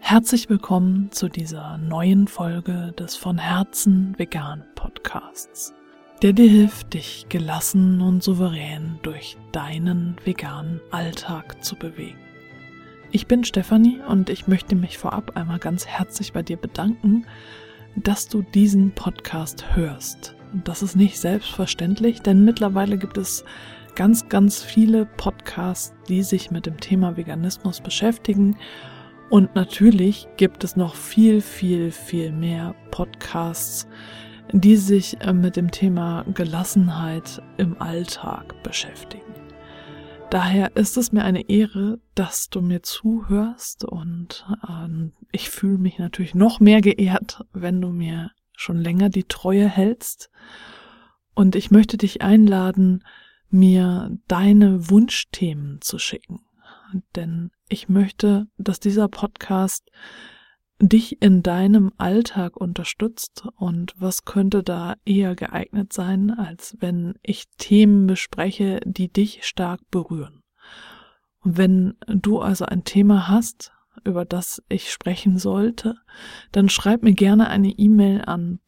Herzlich willkommen zu dieser neuen Folge des von Herzen vegan Podcasts, der dir hilft, dich gelassen und souverän durch deinen veganen Alltag zu bewegen. Ich bin Stefanie und ich möchte mich vorab einmal ganz herzlich bei dir bedanken, dass du diesen Podcast hörst. Und das ist nicht selbstverständlich, denn mittlerweile gibt es ganz viele Podcasts, die sich mit dem Thema Veganismus beschäftigen. Und natürlich gibt es noch viel mehr Podcasts, die sich mit dem Thema Gelassenheit im Alltag beschäftigen. Daher ist es mir eine Ehre, dass du mir zuhörst und ich fühle mich natürlich noch mehr geehrt, wenn du mir schon länger die Treue hältst. Und ich möchte dich einladen, mir deine Wunschthemen zu schicken. Denn ich möchte, dass dieser Podcast dich in deinem Alltag unterstützt. Und was könnte da eher geeignet sein, als wenn ich Themen bespreche, die dich stark berühren. Und wenn du also ein Thema hast, über das ich sprechen sollte, dann schreib mir gerne eine E-Mail an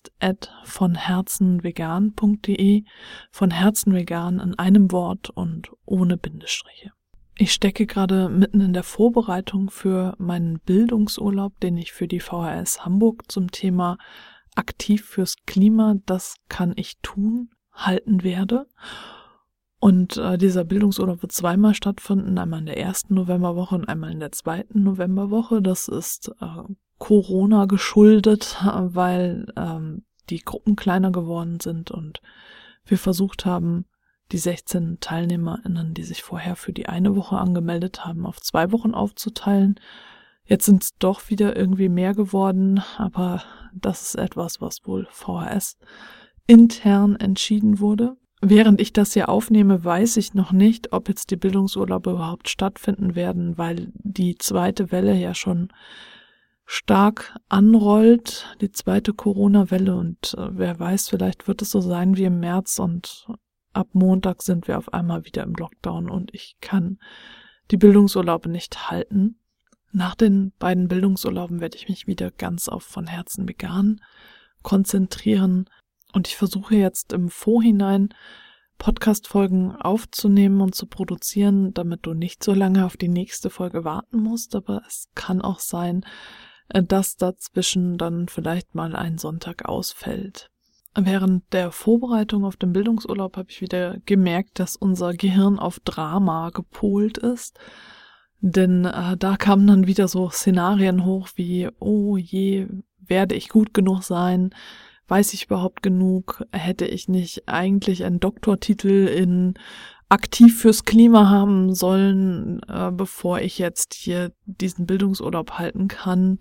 post@vonherzenvegan.de, von Herzen vegan in einem Wort und ohne Bindestriche. Ich stecke gerade mitten in der Vorbereitung für meinen Bildungsurlaub, den ich für die VHS Hamburg zum Thema Aktiv fürs Klima, das kann ich tun, halten werde. Und dieser Bildungsurlaub wird zweimal stattfinden, einmal in der ersten Novemberwoche und einmal in der zweiten Novemberwoche. Das ist Corona geschuldet, weil die Gruppen kleiner geworden sind und wir versucht haben, die 16 TeilnehmerInnen, die sich vorher für die eine Woche angemeldet haben, auf 2 Wochen aufzuteilen. Jetzt sind es doch wieder irgendwie mehr geworden, aber das ist etwas, was wohl VHS intern entschieden wurde. Während ich das hier aufnehme, weiß ich noch nicht, ob jetzt die Bildungsurlaube überhaupt stattfinden werden, weil die zweite Welle ja schon stark anrollt, die zweite Corona-Welle, und wer weiß, vielleicht wird es so sein wie im März und ab Montag sind wir auf einmal wieder im Lockdown und ich kann die Bildungsurlaube nicht halten. Nach den beiden Bildungsurlauben werde ich mich wieder ganz auf von Herzen vegan konzentrieren und ich versuche jetzt im Vorhinein Podcast-Folgen aufzunehmen und zu produzieren, damit du nicht so lange auf die nächste Folge warten musst, aber es kann auch sein, dass dazwischen dann vielleicht mal ein Sonntag ausfällt. Während der Vorbereitung auf den Bildungsurlaub habe ich wieder gemerkt, dass unser Gehirn auf Drama gepolt ist. Denn da kamen dann wieder so Szenarien hoch wie, oh je, werde ich gut genug sein? Weiß ich überhaupt genug? Hätte ich nicht eigentlich einen Doktortitel in Aktiv fürs Klima haben sollen, bevor ich jetzt hier diesen Bildungsurlaub halten kann?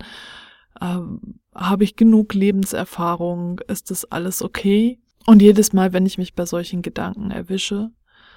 Habe ich genug Lebenserfahrung? Ist das alles okay? Und jedes Mal, wenn ich mich bei solchen Gedanken erwische,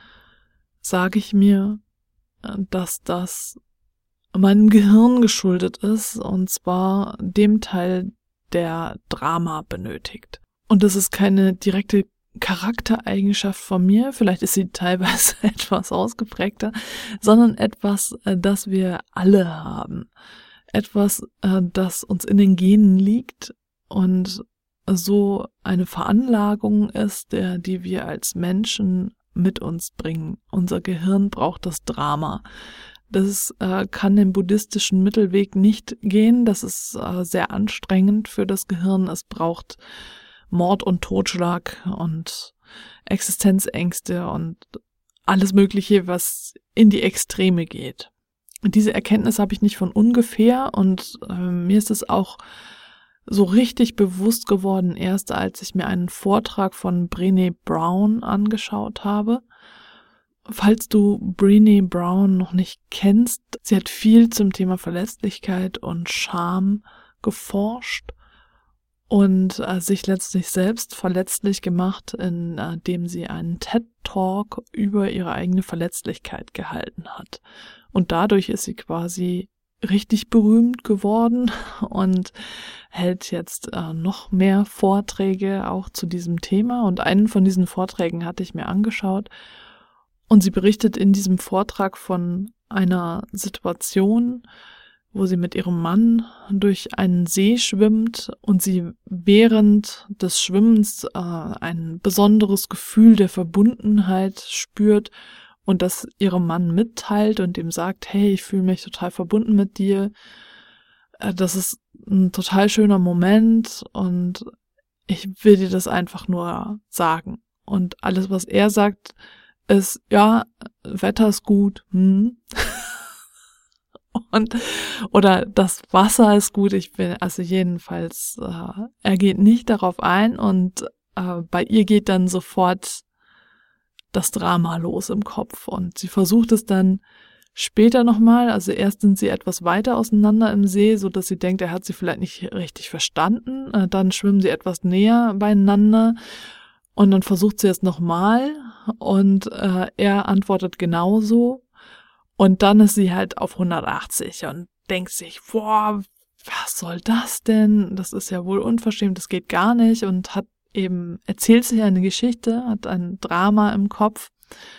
sage ich mir, dass das meinem Gehirn geschuldet ist, und zwar dem Teil, der Drama benötigt. Und das ist keine direkte Charaktereigenschaft von mir, vielleicht ist sie teilweise etwas ausgeprägter, sondern etwas, das wir alle haben. Etwas, das uns in den Genen liegt und so eine Veranlagung ist, die wir als Menschen mit uns bringen. Unser Gehirn braucht das Drama. Das kann den buddhistischen Mittelweg nicht gehen. Das ist sehr anstrengend für das Gehirn. Es braucht Mord und Totschlag und Existenzängste und alles Mögliche, was in die Extreme geht. Diese Erkenntnis habe ich nicht von ungefähr und mir ist es auch so richtig bewusst geworden, erst als ich mir einen Vortrag von Brené Brown angeschaut habe. Falls du Brené Brown noch nicht kennst, sie hat viel zum Thema Verletzlichkeit und Scham geforscht und sich letztlich selbst verletzlich gemacht, indem sie einen TED-Talk über ihre eigene Verletzlichkeit gehalten hat. Und dadurch ist sie quasi richtig berühmt geworden und hält jetzt noch mehr Vorträge auch zu diesem Thema. Und einen von diesen Vorträgen hatte ich mir angeschaut. Und sie berichtet in diesem Vortrag von einer Situation, wo sie mit ihrem Mann durch einen See schwimmt und sie während des Schwimmens ein besonderes Gefühl der Verbundenheit spürt und das ihrem Mann mitteilt und ihm sagt, hey, ich fühle mich total verbunden mit dir. Das ist ein total schöner Moment und ich will dir das einfach nur sagen. Und alles, was er sagt, ist, ja, Wetter ist gut, oder das Wasser ist gut. Also jedenfalls, er geht nicht darauf ein und bei ihr geht dann sofort das Drama los im Kopf und sie versucht es dann später nochmal, also erst sind sie etwas weiter auseinander im See, so dass sie denkt, er hat sie vielleicht nicht richtig verstanden, dann schwimmen sie etwas näher beieinander und dann versucht sie es nochmal und er antwortet genauso. Und dann ist sie halt auf 180 und denkt sich, boah, was soll das denn? Das ist ja wohl unverschämt, das geht gar nicht und erzählt sich eine Geschichte, hat ein Drama im Kopf.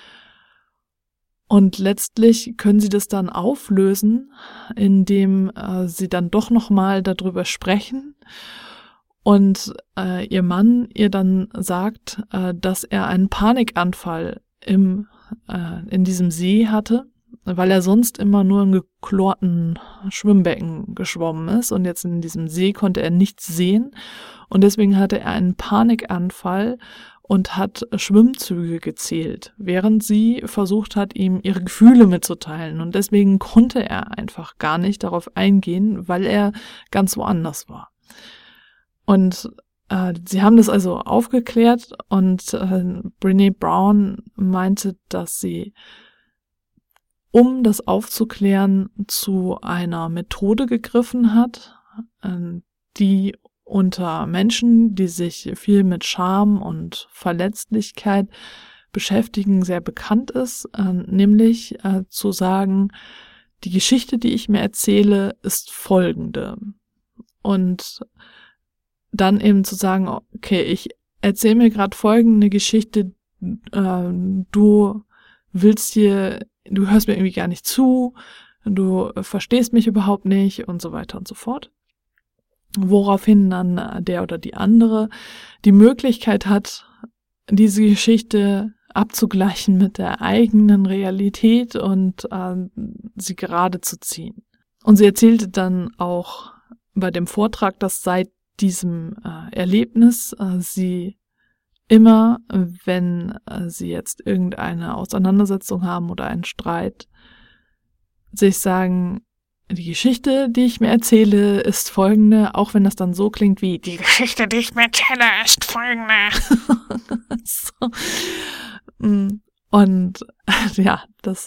Und letztlich können sie das dann auflösen, indem sie dann doch nochmal darüber sprechen und ihr Mann ihr dann sagt, dass er einen Panikanfall in diesem See hatte, weil er sonst immer nur in geklorten Schwimmbecken geschwommen ist und jetzt in diesem See konnte er nichts sehen und deswegen hatte er einen Panikanfall und hat Schwimmzüge gezählt, während sie versucht hat, ihm ihre Gefühle mitzuteilen und deswegen konnte er einfach gar nicht darauf eingehen, weil er ganz woanders war. Und sie haben das also aufgeklärt und Brené Brown meinte, dass sie, um das aufzuklären, zu einer Methode gegriffen hat, die unter Menschen, die sich viel mit Scham und Verletzlichkeit beschäftigen, sehr bekannt ist, nämlich zu sagen, die Geschichte, die ich mir erzähle, ist folgende. Und dann eben zu sagen, okay, ich erzähle mir gerade folgende Geschichte, du hörst mir irgendwie gar nicht zu, du verstehst mich überhaupt nicht und so weiter und so fort. Woraufhin dann der oder die andere die Möglichkeit hat, diese Geschichte abzugleichen mit der eigenen Realität und sie gerade zu ziehen. Und sie erzählte dann auch bei dem Vortrag, dass seit diesem Erlebnis sie immer, wenn sie jetzt irgendeine Auseinandersetzung haben oder einen Streit, sich sagen, die Geschichte, die ich mir erzähle, ist folgende, auch wenn das dann so klingt wie, die Geschichte, die ich mir erzähle, ist folgende. So. Und ja,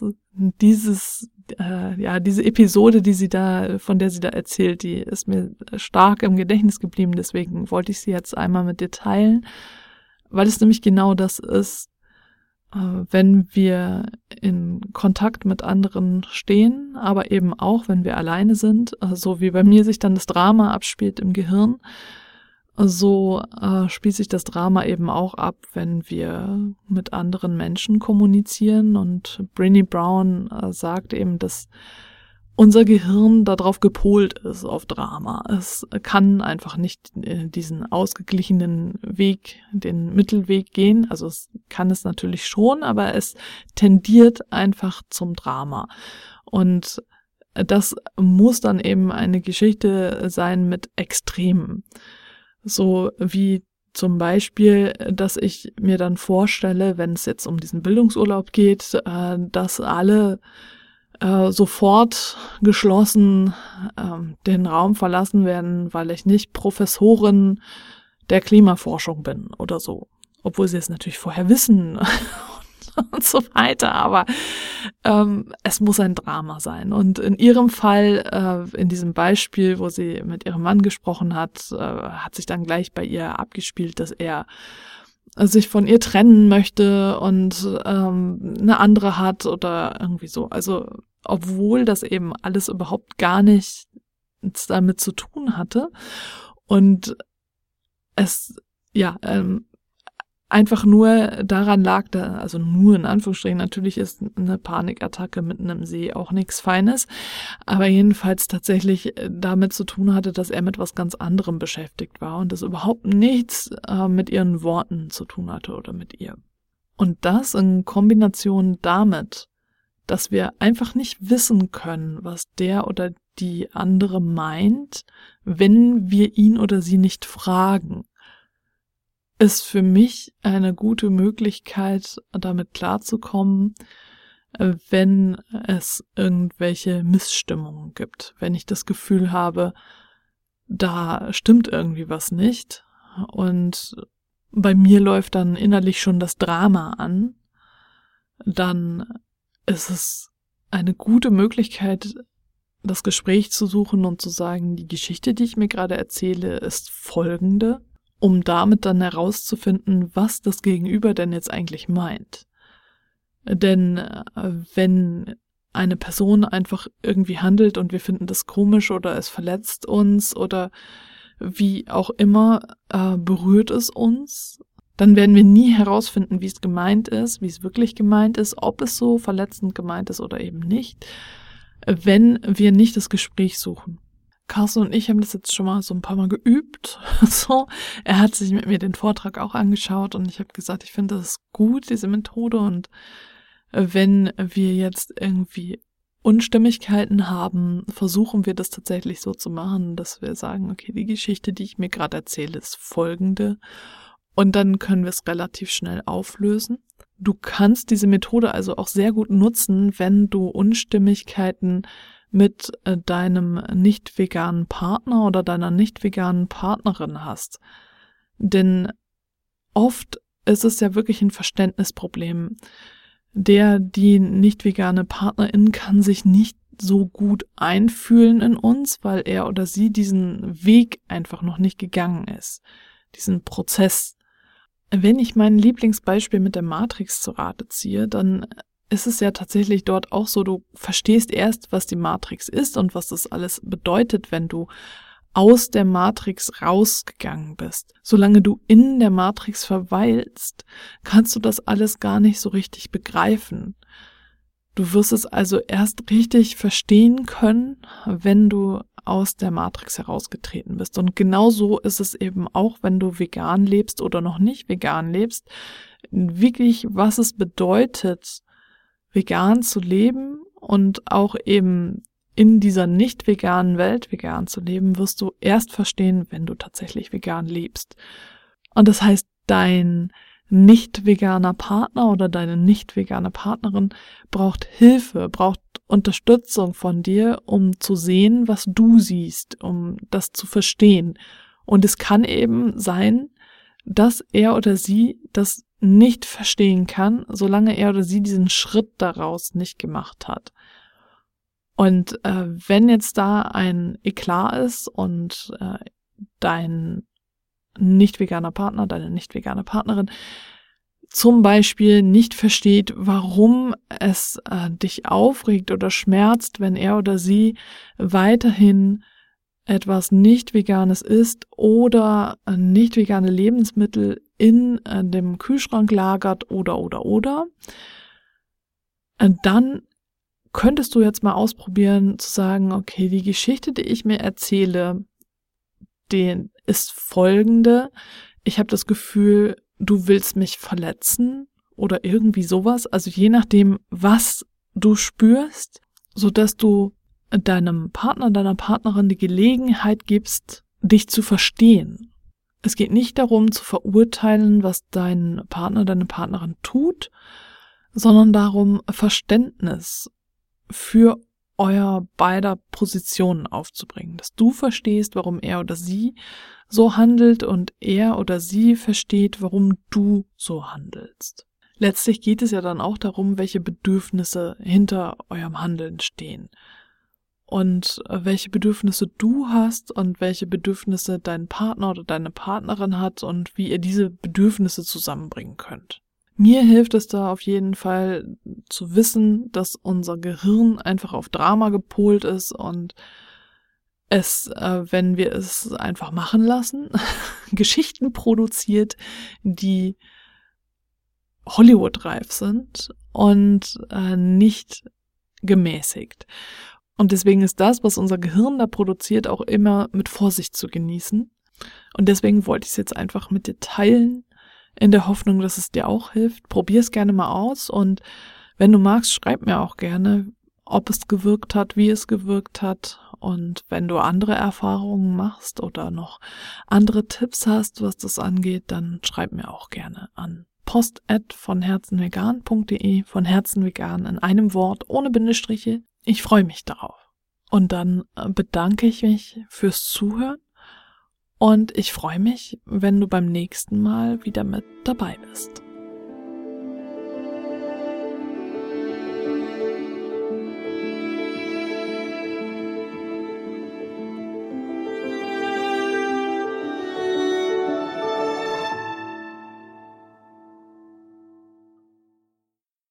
diese Episode, von der sie da erzählt, die ist mir stark im Gedächtnis geblieben, deswegen wollte ich sie jetzt einmal mit dir teilen, weil es nämlich genau das ist, wenn wir in Kontakt mit anderen stehen, aber eben auch, wenn wir alleine sind, so wie bei mir sich dann das Drama abspielt im Gehirn, so spielt sich das Drama eben auch ab, wenn wir mit anderen Menschen kommunizieren. Und Brené Brown sagt eben, dass unser Gehirn darauf gepolt ist, auf Drama. Es kann einfach nicht diesen ausgeglichenen Weg, den Mittelweg gehen. Also es kann es natürlich schon, aber es tendiert einfach zum Drama. Und das muss dann eben eine Geschichte sein mit Extremen. So wie zum Beispiel, dass ich mir dann vorstelle, wenn es jetzt um diesen Bildungsurlaub geht, dass alle sofort geschlossen den Raum verlassen werden, weil ich nicht Professorin der Klimaforschung bin oder so. Obwohl sie es natürlich vorher wissen und so weiter, aber es muss ein Drama sein. Und in ihrem Fall, in diesem Beispiel, wo sie mit ihrem Mann gesprochen hat, hat sich dann gleich bei ihr abgespielt, dass er sich von ihr trennen möchte und eine andere hat oder irgendwie so. Also obwohl das eben alles überhaupt gar nichts damit zu tun hatte. Und einfach nur daran lag, also nur in Anführungsstrichen, natürlich ist eine Panikattacke mitten im See auch nichts Feines, aber jedenfalls tatsächlich damit zu tun hatte, dass er mit was ganz anderem beschäftigt war und das überhaupt nichts mit ihren Worten zu tun hatte oder mit ihr. Und das in Kombination damit, dass wir einfach nicht wissen können, was der oder die andere meint, wenn wir ihn oder sie nicht fragen, ist für mich eine gute Möglichkeit, damit klarzukommen, wenn es irgendwelche Missstimmungen gibt. Wenn ich das Gefühl habe, da stimmt irgendwie was nicht und bei mir läuft dann innerlich schon das Drama an, dann ist es eine gute Möglichkeit, das Gespräch zu suchen und zu sagen, die Geschichte, die ich mir gerade erzähle, ist folgende, um damit dann herauszufinden, was das Gegenüber denn jetzt eigentlich meint. Denn wenn eine Person einfach irgendwie handelt und wir finden das komisch oder es verletzt uns oder wie auch immer berührt es uns, dann werden wir nie herausfinden, wie es gemeint ist, wie es wirklich gemeint ist, ob es so verletzend gemeint ist oder eben nicht, wenn wir nicht das Gespräch suchen. Carsten und ich haben das jetzt schon mal so ein paar Mal geübt. So, er hat sich mit mir den Vortrag auch angeschaut und ich habe gesagt, ich finde das gut, diese Methode. Und wenn wir jetzt irgendwie Unstimmigkeiten haben, versuchen wir das tatsächlich so zu machen, dass wir sagen, okay, die Geschichte, die ich mir gerade erzähle, ist folgende. Und dann können wir es relativ schnell auflösen. Du kannst diese Methode also auch sehr gut nutzen, wenn du Unstimmigkeiten mit deinem nicht veganen Partner oder deiner nicht veganen Partnerin hast. Denn oft ist es ja wirklich ein Verständnisproblem. Die nicht vegane Partnerin kann sich nicht so gut einfühlen in uns, weil er oder sie diesen Weg einfach noch nicht gegangen ist. Diesen Prozess. Wenn ich mein Lieblingsbeispiel mit der Matrix zu Rate ziehe, dann ist es ja tatsächlich dort auch so, du verstehst erst, was die Matrix ist und was das alles bedeutet, wenn du aus der Matrix rausgegangen bist. Solange du in der Matrix verweilst, kannst du das alles gar nicht so richtig begreifen. Du wirst es also erst richtig verstehen können, wenn du aus der Matrix herausgetreten bist. Und genauso ist es eben auch, wenn du vegan lebst oder noch nicht vegan lebst, wirklich, was es bedeutet, vegan zu leben und auch eben in dieser nicht veganen Welt vegan zu leben, wirst du erst verstehen, wenn du tatsächlich vegan lebst. Und das heißt, dein nicht veganer Partner oder deine nicht vegane Partnerin braucht Hilfe, braucht Unterstützung von dir, um zu sehen, was du siehst, um das zu verstehen. Und es kann eben sein, dass er oder sie das nicht verstehen kann, solange er oder sie diesen Schritt daraus nicht gemacht hat. Und wenn jetzt da ein Eklat ist und dein nicht veganer Partner, deine nicht vegane Partnerin zum Beispiel nicht versteht, warum es dich aufregt oder schmerzt, wenn er oder sie weiterhin etwas nicht Veganes isst oder nicht vegane Lebensmittel in dem Kühlschrank lagert oder, dann könntest du jetzt mal ausprobieren zu sagen, okay, die Geschichte, die ich mir erzähle, die ist folgende. Ich habe das Gefühl, du willst mich verletzen oder irgendwie sowas. Also je nachdem, was du spürst, sodass du deinem Partner, deiner Partnerin die Gelegenheit gibst, dich zu verstehen. Es geht nicht darum, zu verurteilen, was dein Partner, deine Partnerin tut, sondern darum, Verständnis für euer beider Positionen aufzubringen. Dass du verstehst, warum er oder sie so handelt und er oder sie versteht, warum du so handelst. Letztlich geht es ja dann auch darum, welche Bedürfnisse hinter eurem Handeln stehen. Und welche Bedürfnisse du hast und welche Bedürfnisse dein Partner oder deine Partnerin hat und wie ihr diese Bedürfnisse zusammenbringen könnt. Mir hilft es da auf jeden Fall zu wissen, dass unser Gehirn einfach auf Drama gepolt ist und es, wenn wir es einfach machen lassen, Geschichten produziert, die Hollywood-reif sind und nicht gemäßigt. Und deswegen ist das, was unser Gehirn da produziert, auch immer mit Vorsicht zu genießen. Und deswegen wollte ich es jetzt einfach mit dir teilen, in der Hoffnung, dass es dir auch hilft. Probier es gerne mal aus und wenn du magst, schreib mir auch gerne, ob es gewirkt hat, wie es gewirkt hat. Und wenn du andere Erfahrungen machst oder noch andere Tipps hast, was das angeht, dann schreib mir auch gerne an post@vonherzenvegan.de, von Herzen vegan in einem Wort, ohne Bindestriche. Ich freue mich darauf. Und dann bedanke ich mich fürs Zuhören und ich freue mich, wenn du beim nächsten Mal wieder mit dabei bist.